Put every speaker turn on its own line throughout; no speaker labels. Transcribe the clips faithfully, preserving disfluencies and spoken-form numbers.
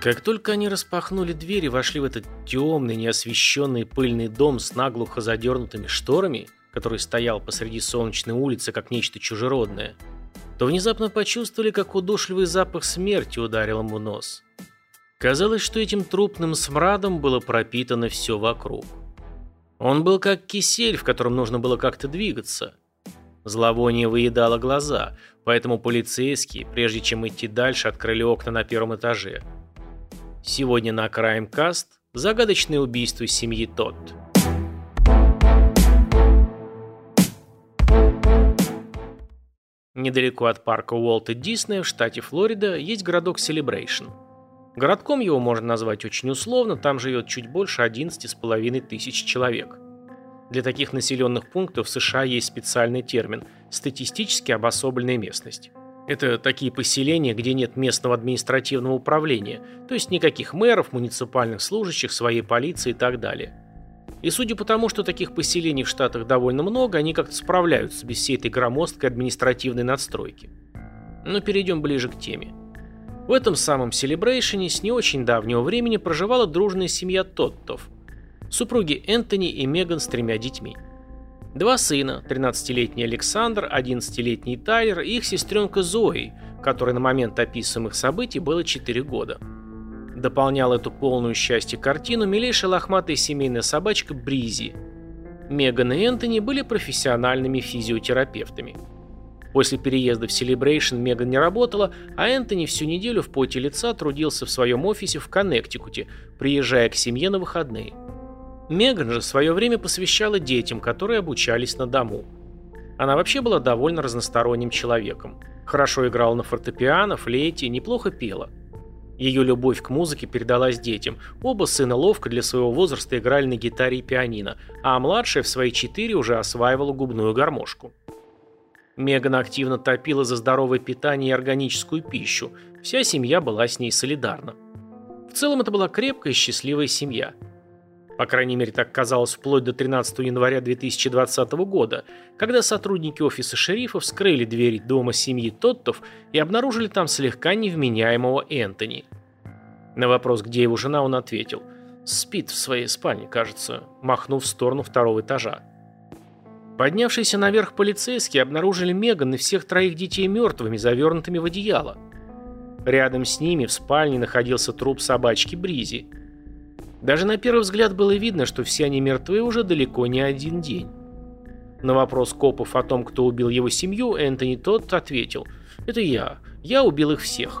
Как только они распахнули дверь и вошли в этот темный, неосвещенный пыльный дом с наглухо задернутыми шторами, который стоял посреди солнечной улицы, как нечто чужеродное, то внезапно почувствовали, как удушливый запах смерти ударил им в нос. Казалось, что этим трупным смрадом было пропитано все вокруг. Он был как кисель, в котором нужно было как-то двигаться. Зловоние выедало глаза, поэтому полицейские, прежде чем идти дальше, открыли окна на первом этаже. Сегодня на Краймкаст загадочное убийство семьи Тодд. Недалеко от парка Уолта Диснея в штате Флорида есть городок Селебрейшн. Городком его можно назвать очень условно, там живет чуть больше одиннадцати с половиной тысяч человек. Для таких населенных пунктов в США есть специальный термин – статистически обособленная местность. Это такие поселения, где нет местного административного управления, то есть никаких мэров, муниципальных служащих, своей полиции и так далее. И судя по тому, что таких поселений в Штатах довольно много, они как-то справляются без всей этой громоздкой административной надстройки. Но перейдем ближе к теме. В этом самом Селебрейшене с не очень давнего времени проживала дружная семья Тоддов. Супруги Энтони и Меган с тремя детьми. Два сына, тринадцатилетний Александр, одиннадцатилетний Тайлер и их сестренка Зои, которой на момент описываемых событий было четыре года. Дополняла эту полную счастья картину милейшая лохматая семейная собачка Бризи. Меган и Энтони были профессиональными физиотерапевтами. После переезда в Селебрейшн Меган не работала, а Энтони всю неделю в поте лица трудился в своем офисе в Коннектикуте, приезжая к семье на выходные. Меган же свое время посвящала детям, которые обучались на дому. Она вообще была довольно разносторонним человеком. Хорошо играла на фортепиано, флейте, неплохо пела. Ее любовь к музыке передалась детям. Оба сына ловко для своего возраста играли на гитаре и пианино, а младшая в свои четыре уже осваивала губную гармошку. Меган активно топила за здоровое питание и органическую пищу. Вся семья была с ней солидарна. В целом это была крепкая и счастливая семья. По крайней мере, так казалось вплоть до тринадцатого января две тысячи двадцатого года, когда сотрудники офиса шерифа вскрыли двери дома семьи Тоддов и обнаружили там слегка невменяемого Энтони. На вопрос, где его жена, он ответил: «Спит в своей спальне, кажется», махнув в сторону второго этажа. Поднявшиеся наверх полицейские обнаружили Меган и всех троих детей мертвыми, завернутыми в одеяло. Рядом с ними в спальне находился труп собачки Бризи. Даже на первый взгляд было видно, что все они мертвы уже далеко не один день. На вопрос копов о том, кто убил его семью, Энтони Тодд ответил: «Это я. Я убил их всех».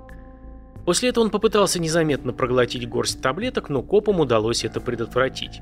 После этого он попытался незаметно проглотить горсть таблеток, но копам удалось это предотвратить.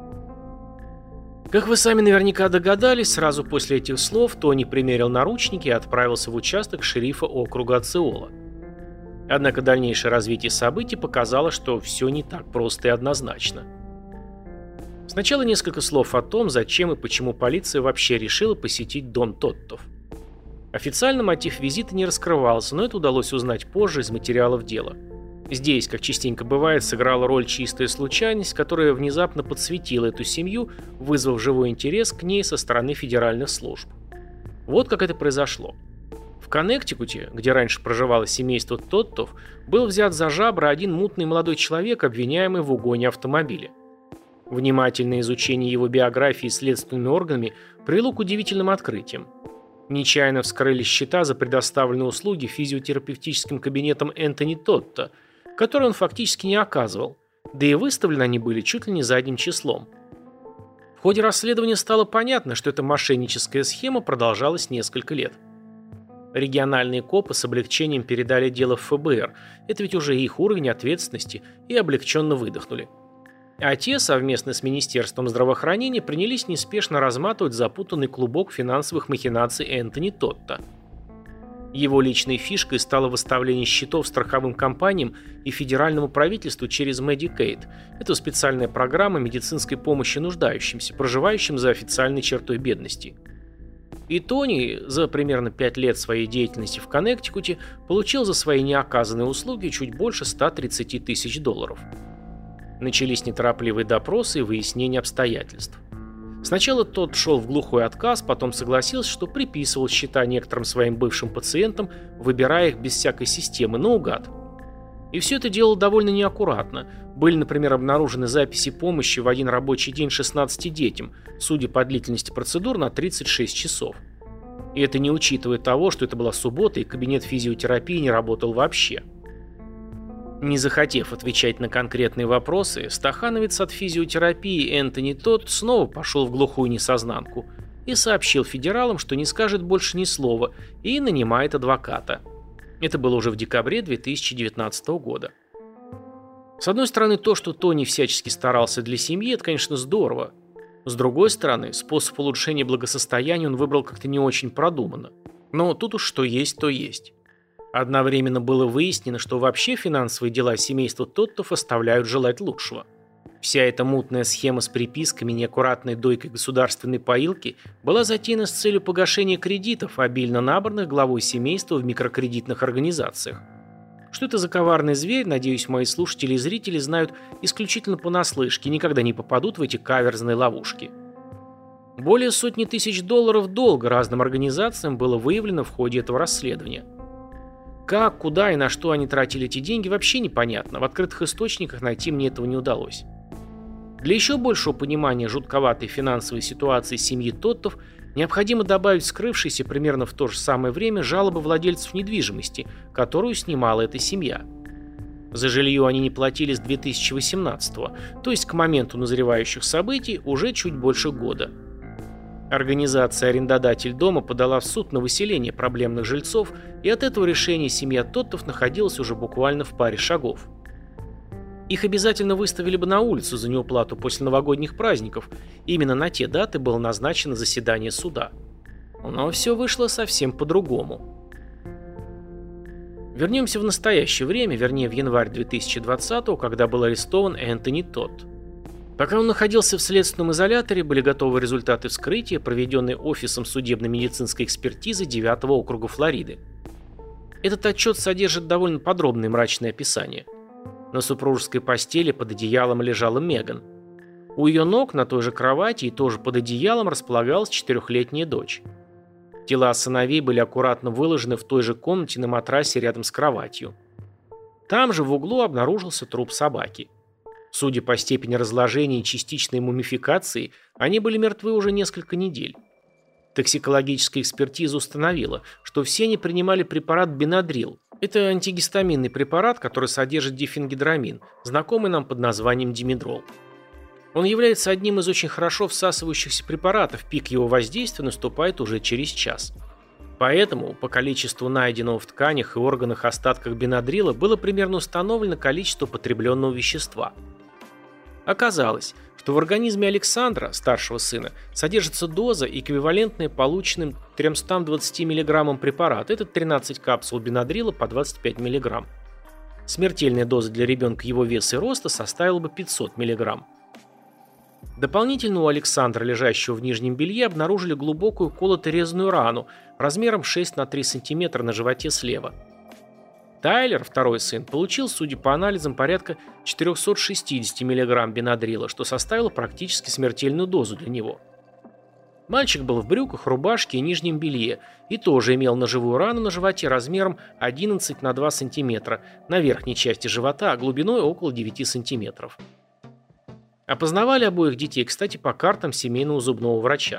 Как вы сами наверняка догадались, сразу после этих слов Тони примерил наручники и отправился в участок шерифа округа Оциола. Однако дальнейшее развитие событий показало, что все не так просто и однозначно. Сначала несколько слов о том, зачем и почему полиция вообще решила посетить дом Тоддов. Официально мотив визита не раскрывался, но это удалось узнать позже из материалов дела. Здесь, как частенько бывает, сыграла роль чистая случайность, которая внезапно подсветила эту семью, вызвав живой интерес к ней со стороны федеральных служб. Вот как это произошло. В Коннектикуте, где раньше проживало семейство Тоддов, был взят за жабры один мутный молодой человек, обвиняемый в угоне автомобиля. Внимательное изучение его биографии следственными органами привело к удивительным открытиям. Нечаянно вскрыли счета за предоставленные услуги физиотерапевтическим кабинетом Энтони Тодда, которые он фактически не оказывал, да и выставлены они были чуть ли не задним числом. В ходе расследования стало понятно, что эта мошенническая схема продолжалась несколько лет. Региональные копы с облегчением передали дело в эф бэ эр, это ведь уже их уровень ответственности, и облегченно выдохнули. А те, совместно с Министерством здравоохранения, принялись неспешно разматывать запутанный клубок финансовых махинаций Энтони Тодда. Его личной фишкой стало выставление счетов страховым компаниям и федеральному правительству через Medicaid. Это специальная программа медицинской помощи нуждающимся, проживающим за официальной чертой бедности. И Тони за примерно пять лет своей деятельности в Коннектикуте получил за свои неоказанные услуги чуть больше ста тридцати тысяч долларов. Начались неторопливые допросы и выяснение обстоятельств. Сначала тот шел в глухой отказ, потом согласился, что приписывал счета некоторым своим бывшим пациентам, выбирая их без всякой системы, наугад. И все это делал довольно неаккуратно. Были, например, обнаружены записи помощи в один рабочий день шестнадцати детям, судя по длительности процедур, на тридцать шесть часов. И это не учитывая того, что это была суббота и кабинет физиотерапии не работал вообще. Не захотев отвечать на конкретные вопросы, стахановец от физиотерапии Энтони Тодд снова пошел в глухую несознанку и сообщил федералам, что не скажет больше ни слова и нанимает адвоката. Это было уже в декабре две тысячи девятнадцатого года. С одной стороны, то, что Тони всячески старался для семьи, это, конечно, здорово. С другой стороны, способ улучшения благосостояния он выбрал как-то не очень продуманно. Но тут уж что есть, то есть. Одновременно было выяснено, что вообще финансовые дела семейства Тоддов оставляют желать лучшего. Вся эта мутная схема с приписками и неаккуратной дойкой государственной поилки была затеяна с целью погашения кредитов, обильно набранных главой семейства в микрокредитных организациях. Что это за коварный зверь, надеюсь, мои слушатели и зрители знают исключительно понаслышке и никогда не попадут в эти каверзные ловушки. Более сотни тысяч долларов долга разным организациям было выявлено в ходе этого расследования. Как, куда и на что они тратили эти деньги, вообще непонятно. В открытых источниках найти мне этого не удалось. Для еще большего понимания жутковатой финансовой ситуации семьи Тоддов необходимо добавить скрывшиеся примерно в то же самое время жалобы владельцев недвижимости, которую снимала эта семья. За жилье они не платили с две тысячи восемнадцатого, то есть к моменту назревающих событий уже чуть больше года. Организация «Арендодатель дома» подала в суд на выселение проблемных жильцов, и от этого решения семья Тоддов находилась уже буквально в паре шагов. Их обязательно выставили бы на улицу за неуплату после новогодних праздников. Именно на те даты было назначено заседание суда. Но все вышло совсем по-другому. Вернемся в настоящее время, вернее в январь две тысячи двадцатого, когда был арестован Энтони Тодд. Пока он находился в следственном изоляторе, были готовы результаты вскрытия, проведенные Офисом судебно-медицинской экспертизы девятого округа Флориды. Этот отчет содержит довольно подробное мрачное описание. На супружеской постели под одеялом лежала Меган. У ее ног на той же кровати и тоже под одеялом располагалась четырехлетняя дочь. Тела сыновей были аккуратно выложены в той же комнате на матрасе рядом с кроватью. Там же в углу обнаружился труп собаки. Судя по степени разложения и частичной мумификации, они были мертвы уже несколько недель. Токсикологическая экспертиза установила, что все они принимали препарат Бенадрил. Это антигистаминный препарат, который содержит дифенгидрамин, знакомый нам под названием димедрол. Он является одним из очень хорошо всасывающихся препаратов, пик его воздействия наступает уже через час. Поэтому по количеству найденного в тканях и органах остатках бенадрила было примерно установлено количество потребленного вещества. Оказалось, что в организме Александра, старшего сына, содержится доза, эквивалентная полученным тремстам двадцати миллиграммам препарата. Это тринадцать капсул бенадрила по двадцать пять миллиграмм. Смертельная доза для ребенка его веса и роста составила бы пятьсот миллиграмм. Дополнительно у Александра, лежащего в нижнем белье, обнаружили глубокую колото-резаную рану размером шесть на три сантиметра на животе слева. Тайлер, второй сын, получил, судя по анализам, порядка четыреста шестьдесят миллиграмм бенадрила, что составило практически смертельную дозу для него. Мальчик был в брюках, рубашке и нижнем белье и тоже имел ножевую рану на животе размером одиннадцать на два сантиметра на верхней части живота, а глубиной около девяти сантиметров. Опознавали обоих детей, кстати, по картам семейного зубного врача.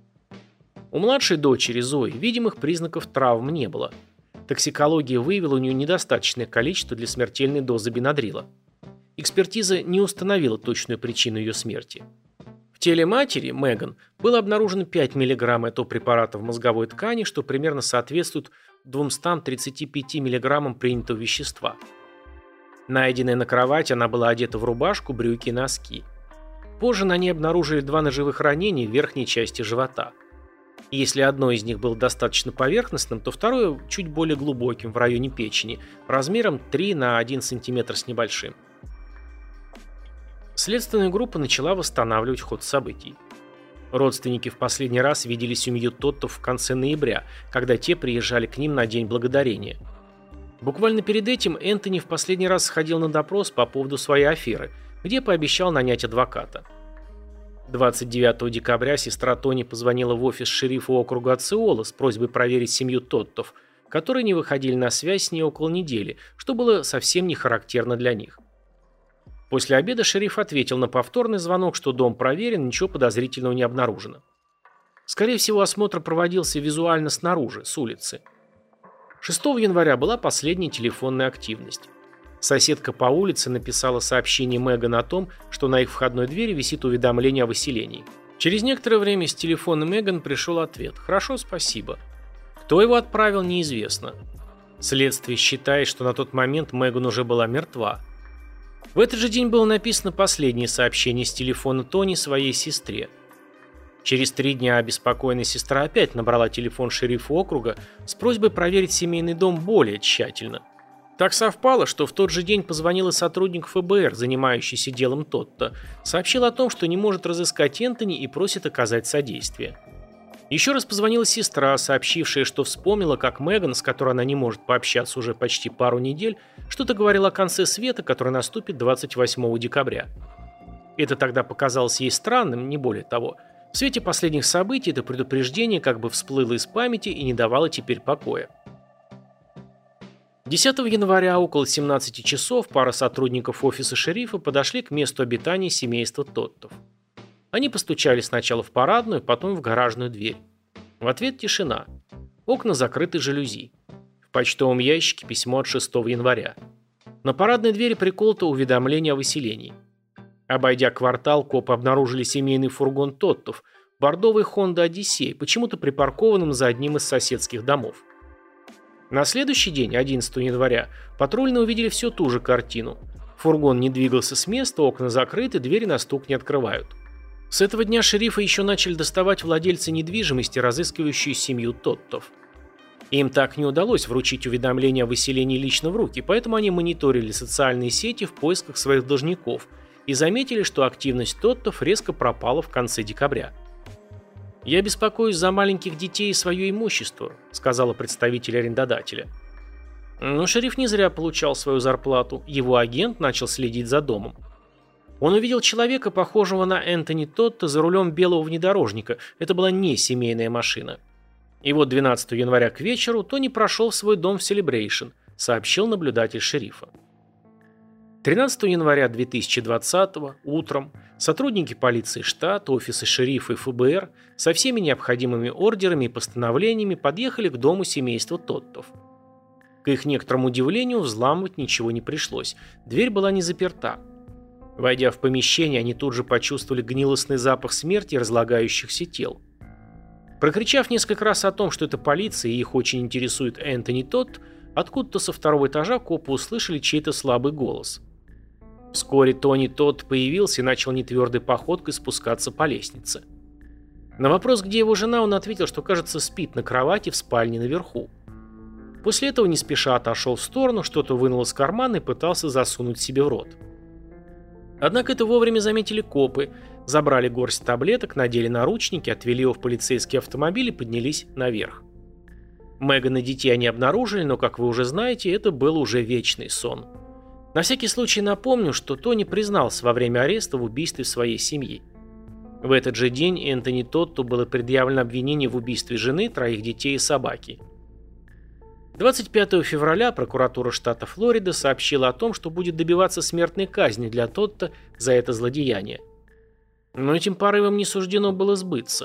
У младшей дочери Зои видимых признаков травм не было. Токсикология выявила у нее недостаточное количество для смертельной дозы бенадрила. Экспертиза не установила точную причину ее смерти. В теле матери, Меган, было обнаружено пять миллиграмм этого препарата в мозговой ткани, что примерно соответствует двумстам тридцати пяти миллиграммам принятого вещества. Найденная на кровати, она была одета в рубашку, брюки и носки. Позже на ней обнаружили два ножевых ранения в верхней части живота. Если одно из них было достаточно поверхностным, то второе чуть более глубоким в районе печени, размером три на один сантиметр с небольшим. Следственная группа начала восстанавливать ход событий. Родственники в последний раз видели семью Тоддов в конце ноября, когда те приезжали к ним на День Благодарения. Буквально перед этим Энтони в последний раз сходил на допрос по поводу своей аферы, где пообещал нанять адвоката. двадцать девятого декабря сестра Тони позвонила в офис шерифа округа Оциола с просьбой проверить семью Тоддов, которые не выходили на связь с ней около недели, что было совсем не характерно для них. После обеда шериф ответил на повторный звонок, что дом проверен, ничего подозрительного не обнаружено. Скорее всего, осмотр проводился визуально снаружи, с улицы. шестого января была последняя телефонная активность. Соседка по улице написала сообщение Меган о том, что на их входной двери висит уведомление о выселении. Через некоторое время с телефона Меган пришел ответ: «Хорошо, спасибо». Кто его отправил, неизвестно. Следствие считает, что на тот момент Меган уже была мертва. В этот же день было написано последнее сообщение с телефона Тони своей сестре. Через три дня обеспокоенная сестра опять набрала телефон шерифа округа с просьбой проверить семейный дом более тщательно. Так совпало, что в тот же день позвонил сотрудник эф бэ эр, занимающийся делом Тотто, сообщил о том, что не может разыскать Энтони и просит оказать содействие. Еще раз позвонила сестра, сообщившая, что вспомнила, как Меган, с которой она не может пообщаться уже почти пару недель, что-то говорила о конце света, который наступит двадцать восьмого декабря. Это тогда показалось ей странным, не более того. В свете последних событий это предупреждение как бы всплыло из памяти и не давало теперь покоя. десятого января около семнадцати часов пара сотрудников офиса шерифа подошли к месту обитания семейства Тоттов. Они постучали сначала в парадную, потом в гаражную дверь. В ответ тишина. Окна закрыты жалюзи. В почтовом ящике письмо от шестого января. На парадной двери приколото уведомление о выселении. Обойдя квартал, копы обнаружили семейный фургон Тоттов, бордовый Honda Odyssey, почему-то припаркованным за одним из соседских домов. На следующий день, одиннадцатого января, патрульные увидели всю ту же картину. Фургон не двигался с места, окна закрыты, двери на стук не открывают. С этого дня шерифа еще начали доставать владельцы недвижимости, разыскивающие семью Тоттов. Им так не удалось вручить уведомление о выселении лично в руки, поэтому они мониторили социальные сети в поисках своих должников и заметили, что активность Тоттов резко пропала в конце декабря. «Я беспокоюсь за маленьких детей и свое имущество», — сказала представитель арендодателя. Но шериф не зря получал свою зарплату. Его агент начал следить за домом. Он увидел человека, похожего на Энтони Тотто, за рулем белого внедорожника. Это была не семейная машина. И вот двенадцатого января к вечеру Тони прошел в свой дом в Селебрейшн, сообщил наблюдатель шерифа. тринадцатого января две тысячи двадцатого утром сотрудники полиции штата, офиса шерифа и эф бэ эр со всеми необходимыми ордерами и постановлениями подъехали к дому семейства Тоттов. К их некоторому удивлению, взламывать ничего не пришлось. Дверь была не заперта. Войдя в помещение, они тут же почувствовали гнилостный запах смерти и разлагающихся тел. Прокричав несколько раз о том, что это полиция и их очень интересует Энтони Тотт, откуда-то со второго этажа копы услышали чей-то слабый голос. Вскоре Тони Тотт появился и начал нетвердой походкой спускаться по лестнице. На вопрос, где его жена, он ответил, что, кажется, спит на кровати в спальне наверху. После этого не спеша отошел в сторону, что-то вынул из кармана и пытался засунуть себе в рот. Однако это вовремя заметили копы, забрали горсть таблеток, надели наручники, отвели его в полицейский автомобиль и поднялись наверх. Меган и детей они обнаружили, но, как вы уже знаете, это был уже вечный сон. На всякий случай напомню, что Тони признался во время ареста в убийстве своей семьи. В этот же день Энтони Тотту было предъявлено обвинение в убийстве жены, троих детей и собаки. двадцать пятого февраля прокуратура штата Флорида сообщила о том, что будет добиваться смертной казни для Тотта за это злодеяние. Но этим порывам не суждено было сбыться.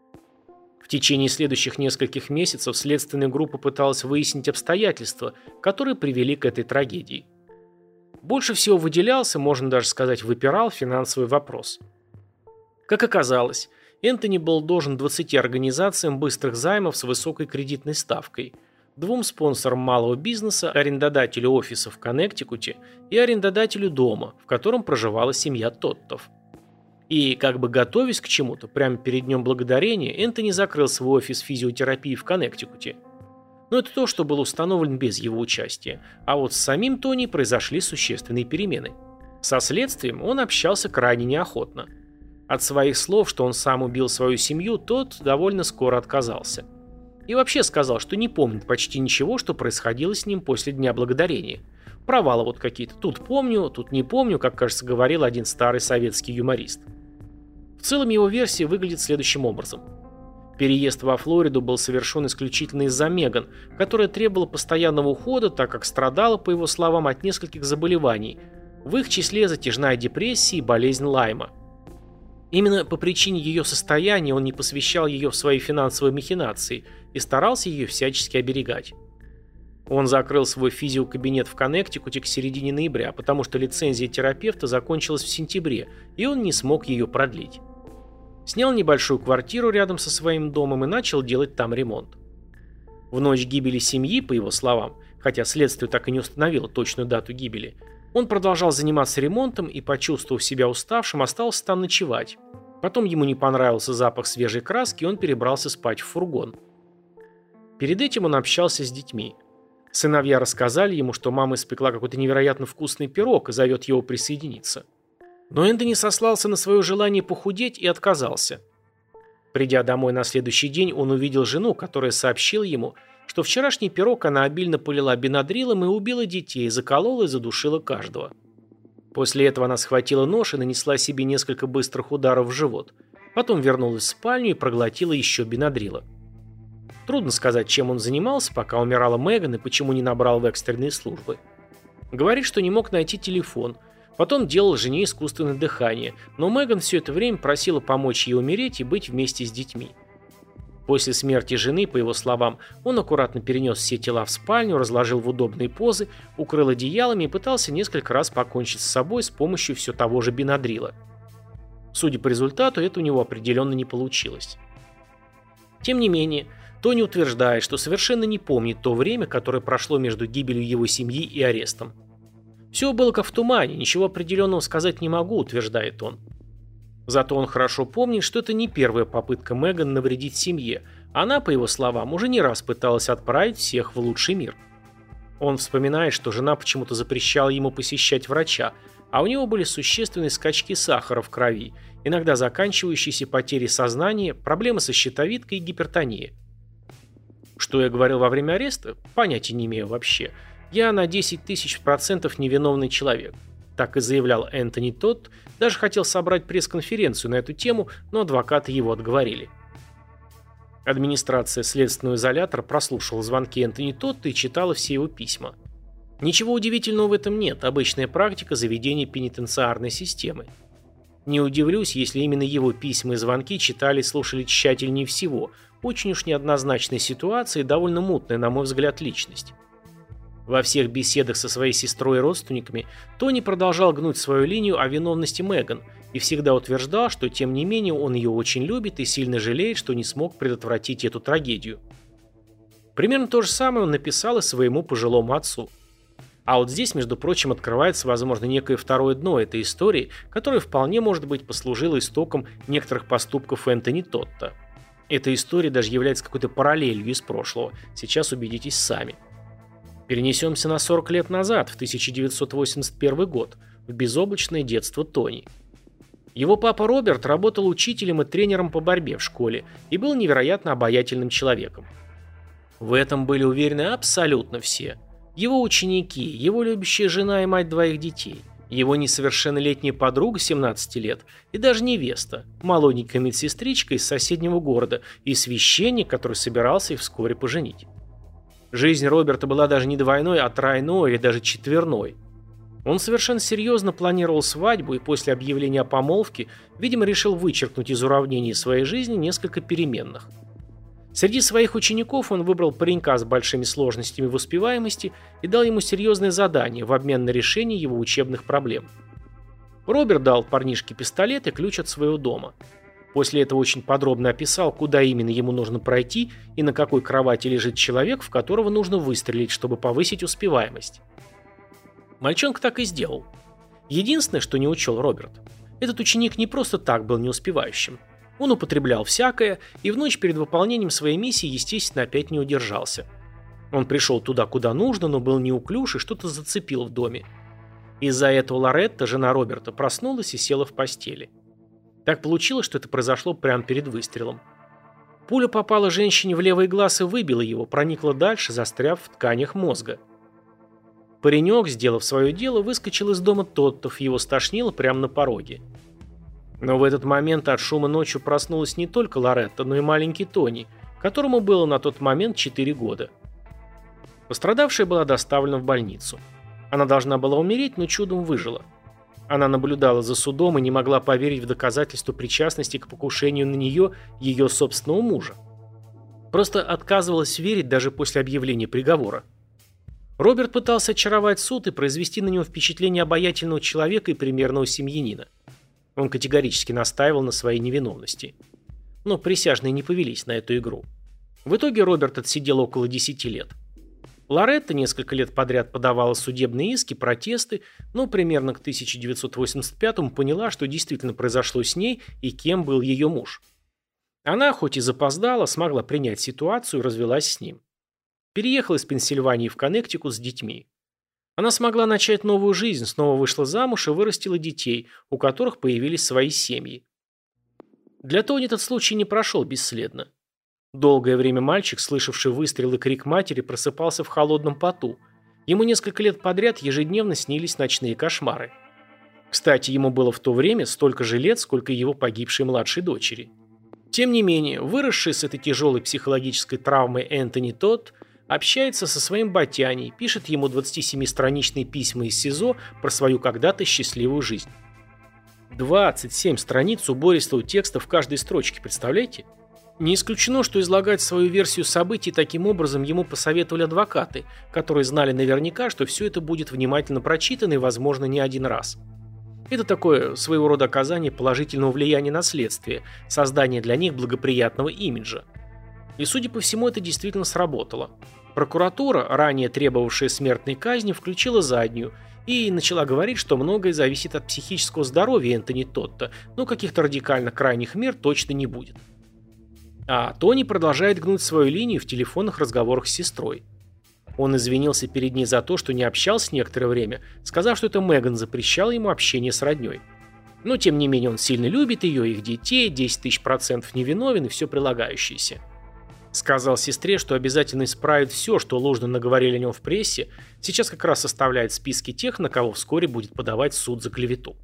В течение следующих нескольких месяцев следственная группа пыталась выяснить обстоятельства, которые привели к этой трагедии. Больше всего выделялся, можно даже сказать, выпирал финансовый вопрос. Как оказалось, Энтони был должен двадцати организациям быстрых займов с высокой кредитной ставкой, двум спонсорам малого бизнеса, арендодателю офиса в Коннектикуте и арендодателю дома, в котором проживала семья Тоттов. И, как бы готовясь к чему-то, прямо перед Днем Благодарения, Энтони закрыл свой офис физиотерапии в Коннектикуте. Но это то, что было установлено без его участия. А вот с самим Тони произошли существенные перемены. Со следствием он общался крайне неохотно. От своих слов, что он сам убил свою семью, тот довольно скоро отказался. И вообще сказал, что не помнит почти ничего, что происходило с ним после Дня Благодарения. Провалы вот какие-то. Тут помню, тут не помню, как, кажется, говорил один старый советский юморист. В целом его версия выглядит следующим образом. Переезд во Флориду был совершен исключительно из-за Меган, которая требовала постоянного ухода, так как страдала, по его словам, от нескольких заболеваний, в их числе затяжная депрессия и болезнь Лайма. Именно по причине ее состояния он не посвящал ее в свои финансовые махинации и старался ее всячески оберегать. Он закрыл свой физиокабинет в Коннектикуте к середине ноября, потому что лицензия терапевта закончилась в сентябре, и он не смог ее продлить. Снял небольшую квартиру рядом со своим домом и начал делать там ремонт. В ночь гибели семьи, по его словам, хотя следствие так и не установило точную дату гибели, он продолжал заниматься ремонтом и, почувствовав себя уставшим, остался там ночевать. Потом ему не понравился запах свежей краски, и он перебрался спать в фургон. Перед этим он общался с детьми. Сыновья рассказали ему, что мама испекла какой-то невероятно вкусный пирог и зовет его присоединиться. Но Энтони сослался на свое желание похудеть и отказался. Придя домой на следующий день, он увидел жену, которая сообщила ему, что вчерашний пирог она обильно полила бенадрилом и убила детей, заколола и задушила каждого. После этого она схватила нож и нанесла себе несколько быстрых ударов в живот. Потом вернулась в спальню и проглотила еще бенадрила. Трудно сказать, чем он занимался, пока умирала Меган, и почему не набрал в экстренные службы. Говорит, что не мог найти телефон. Потом делал жене искусственное дыхание, но Меган все это время просила помочь ей умереть и быть вместе с детьми. После смерти жены, по его словам, он аккуратно перенес все тела в спальню, разложил в удобные позы, укрыл одеялами и пытался несколько раз покончить с собой с помощью все того же бенадрила. Судя по результату, это у него определенно не получилось. Тем не менее, Тони утверждает, что совершенно не помнит то время, которое прошло между гибелью его семьи и арестом. «Все было как в тумане, ничего определенного сказать не могу», — утверждает он. Зато он хорошо помнит, что это не первая попытка Меган навредить семье. Она, по его словам, уже не раз пыталась отправить всех в лучший мир. Он вспоминает, что жена почему-то запрещала ему посещать врача, а у него были существенные скачки сахара в крови, иногда заканчивающиеся потерей сознания, проблемы со щитовидкой и гипертония. Что я говорил во время ареста? Понятия не имею вообще. Я на десять тысяч процентов невиновный человек. Так и заявлял Энтони Тодд, даже хотел собрать пресс-конференцию на эту тему, но адвокаты его отговорили. Администрация следственного изолятора прослушала звонки Энтони Тодда и читала все его письма. Ничего удивительного в этом нет, обычная практика заведения пенитенциарной системы. Не удивлюсь, если именно его письма и звонки читали и слушали тщательнее всего, очень уж неоднозначная ситуация и довольно мутная, на мой взгляд, личность. Во всех беседах со своей сестрой и родственниками Тони продолжал гнуть свою линию о виновности Меган и всегда утверждал, что тем не менее он ее очень любит и сильно жалеет, что не смог предотвратить эту трагедию. Примерно то же самое он написал и своему пожилому отцу. А вот здесь, между прочим, открывается, возможно, некое второе дно этой истории, которое вполне, может быть, послужило истоком некоторых поступков Энтони Тодда. Эта история даже является какой-то параллелью из прошлого. Сейчас убедитесь сами. Перенесемся на сорок лет назад, в тысяча девятьсот восемьдесят первый год, в безоблачное детство Тони. Его папа Роберт работал учителем и тренером по борьбе в школе и был невероятно обаятельным человеком. В этом были уверены абсолютно все. Его ученики, его любящая жена и мать двоих детей, его несовершеннолетняя подруга семнадцати лет и даже невеста, молоденькая медсестричка из соседнего города и священник, который собирался их вскоре поженить. Жизнь Роберта была даже не двойной, а тройной или даже четверной. Он совершенно серьезно планировал свадьбу и после объявления о помолвке, видимо, решил вычеркнуть из уравнений своей жизни несколько переменных. Среди своих учеников он выбрал паренька с большими сложностями в успеваемости и дал ему серьезное задание в обмен на решение его учебных проблем. Роберт дал парнишке пистолет и ключ от своего дома. После этого очень подробно описал, куда именно ему нужно пройти и на какой кровати лежит человек, в которого нужно выстрелить, чтобы повысить успеваемость. Мальчонка так и сделал. Единственное, что не учел Роберт, этот ученик не просто так был неуспевающим. Он употреблял всякое и в ночь перед выполнением своей миссии, естественно, опять не удержался. Он пришел туда, куда нужно, но был неуклюж и что-то зацепил в доме. Из-за этого Лоретта, жена Роберта, проснулась и села в постели. Так получилось, что это произошло прямо перед выстрелом. Пуля попала женщине в левый глаз и выбила его, проникла дальше, застряв в тканях мозга. Паренек, сделав свое дело, выскочил из дома Тоддов, его стошнило прямо на пороге. Но в этот момент от шума ночью проснулась не только Лоретта, но и маленький Тони, которому было на тот момент четыре года. Пострадавшая была доставлена в больницу. Она должна была умереть, но чудом выжила. Она наблюдала за судом и не могла поверить в доказательство причастности к покушению на нее ее собственного мужа. Просто отказывалась верить даже после объявления приговора. Роберт пытался очаровать суд и произвести на него впечатление обаятельного человека и примерного семьянина. Он категорически настаивал на своей невиновности. Но присяжные не повелись на эту игру. В итоге Роберт отсидел около десяти лет. Лоретта несколько лет подряд подавала судебные иски, протесты, но примерно к тысяча девятьсот восемьдесят пятому поняла, что действительно произошло с ней и кем был ее муж. Она, хоть и запоздала, смогла принять ситуацию и развелась с ним. Переехала из Пенсильвании в Коннектикут с детьми. Она смогла начать новую жизнь, снова вышла замуж и вырастила детей, у которых появились свои семьи. Для Тони этот случай не прошел бесследно. Долгое время мальчик, слышавший выстрел и крик матери, просыпался в холодном поту. Ему несколько лет подряд ежедневно снились ночные кошмары. Кстати, ему было в то время столько же лет, сколько его погибшей младшей дочери. Тем не менее, выросший с этой тяжелой психологической травмой Энтони Тодд общается со своим батяней, пишет ему двадцатисемистраничные письма из СИЗО про свою когда-то счастливую жизнь. двадцать семь страниц убористого текста в каждой строчке, представляете? Не исключено, что излагать свою версию событий таким образом ему посоветовали адвокаты, которые знали наверняка, что все это будет внимательно прочитано и, возможно, не один раз. Это такое своего рода оказание положительного влияния на следствие, создание для них благоприятного имиджа. И, судя по всему, это действительно сработало. Прокуратура, ранее требовавшая смертной казни, включила заднюю и начала говорить, что многое зависит от психического здоровья Энтони Тодда, но каких-то радикально крайних мер точно не будет. А Тони продолжает гнуть свою линию в телефонных разговорах с сестрой. Он извинился перед ней за то, что не общался некоторое время, сказав, что это Меган запрещала ему общение с родней. Но тем не менее он сильно любит ее, их детей, десять тысяч процентов невиновен и все прилагающееся. Сказал сестре, что обязательно исправит все, что ложно наговорили о нем в прессе, сейчас как раз составляет списки тех, на кого вскоре будет подавать суд за клевету.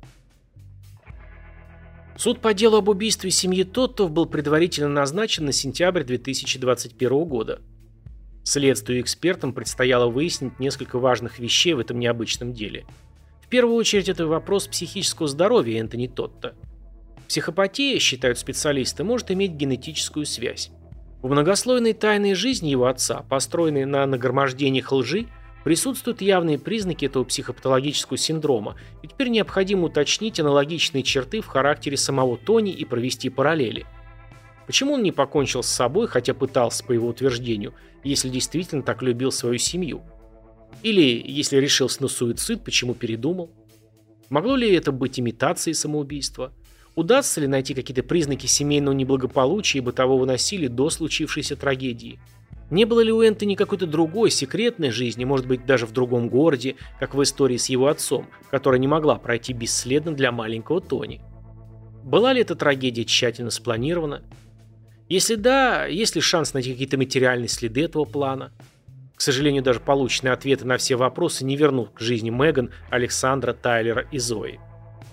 Суд по делу об убийстве семьи Тоддов был предварительно назначен на сентябрь две тысячи двадцать первого года. Следствию и экспертам предстояло выяснить несколько важных вещей в этом необычном деле. В первую очередь это вопрос психического здоровья Энтони Тодда. Психопатия, считают специалисты, может иметь генетическую связь. В многослойной тайной жизни его отца, построенной на нагромождениях лжи, присутствуют явные признаки этого психопатологического синдрома, и теперь необходимо уточнить аналогичные черты в характере самого Тони и провести параллели. Почему он не покончил с собой, хотя пытался, по его утверждению, если действительно так любил свою семью? Или, если решился на суицид, почему передумал? Могло ли это быть имитацией самоубийства? Удастся ли найти какие-то признаки семейного неблагополучия и бытового насилия до случившейся трагедии? Не было ли у Энтони какой-то другой, секретной жизни, может быть, даже в другом городе, как в истории с его отцом, которая не могла пройти бесследно для маленького Тони? Была ли эта трагедия тщательно спланирована? Если да, есть ли шанс найти какие-то материальные следы этого плана? К сожалению, даже полученные ответы на все вопросы не вернут к жизни Меган, Александра, Тайлера и Зои.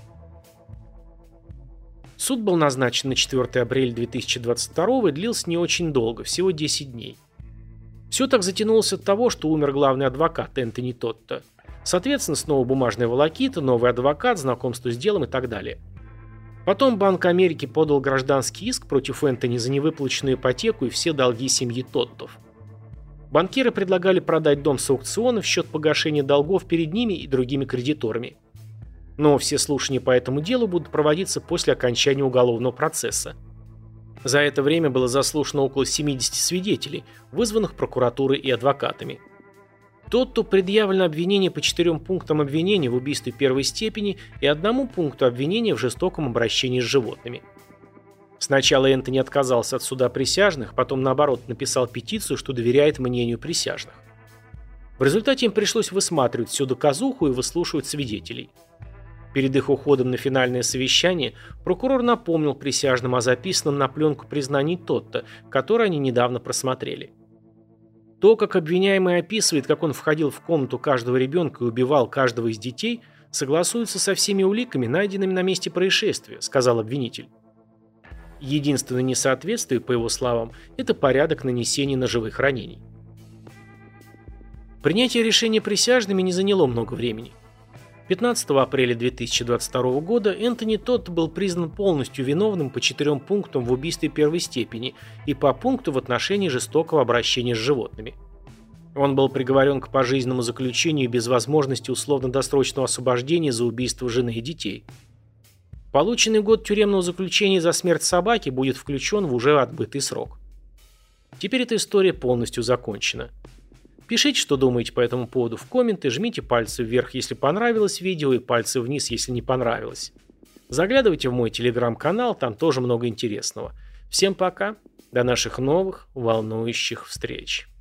Суд был назначен на четвёртое апреля две тысячи двадцать второго и длился не очень долго, всего десять дней. Все так затянулось от того, что умер главный адвокат Энтони Тодда. Соответственно, снова бумажная волокита, новый адвокат, знакомство с делом и так далее. Потом Банк Америки подал гражданский иск против Энтони за невыплаченную ипотеку и все долги семьи Тоддов. Банкиры предлагали продать дом с аукциона в счет погашения долгов перед ними и другими кредиторами. Но все слушания по этому делу будут проводиться после окончания уголовного процесса. За это время было заслушано около семидесяти свидетелей, вызванных прокуратурой и адвокатами. Тодду предъявлено обвинение по четырем пунктам обвинения в убийстве первой степени и одному пункту обвинения в жестоком обращении с животными. Сначала Энтони отказался от суда присяжных, потом наоборот написал петицию, что доверяет мнению присяжных. В результате им пришлось высматривать всю доказуху и выслушивать свидетелей. Перед их уходом на финальное совещание прокурор напомнил присяжным о записанном на пленку признании Тодда, которое они недавно просмотрели. То, как обвиняемый описывает, как он входил в комнату каждого ребенка и убивал каждого из детей, согласуются со всеми уликами, найденными на месте происшествия», — сказал обвинитель. Единственное несоответствие, по его словам, это порядок нанесения ножевых ранений. Принятие решения присяжными не заняло много времени. пятнадцатого апреля две тысячи двадцать второго года Энтони Тодд был признан полностью виновным по четырем пунктам в убийстве первой степени и по пункту в отношении жестокого обращения с животными. Он был приговорен к пожизненному заключению без возможности условно-досрочного освобождения за убийство жены и детей. Полученный год тюремного заключения за смерть собаки будет включен в уже отбытый срок. Теперь эта история полностью закончена. Пишите, что думаете по этому поводу в комменты, жмите пальцы вверх, если понравилось видео, и пальцы вниз, если не понравилось. Заглядывайте в мой телеграм-канал, там тоже много интересного. Всем пока, до наших новых волнующих встреч.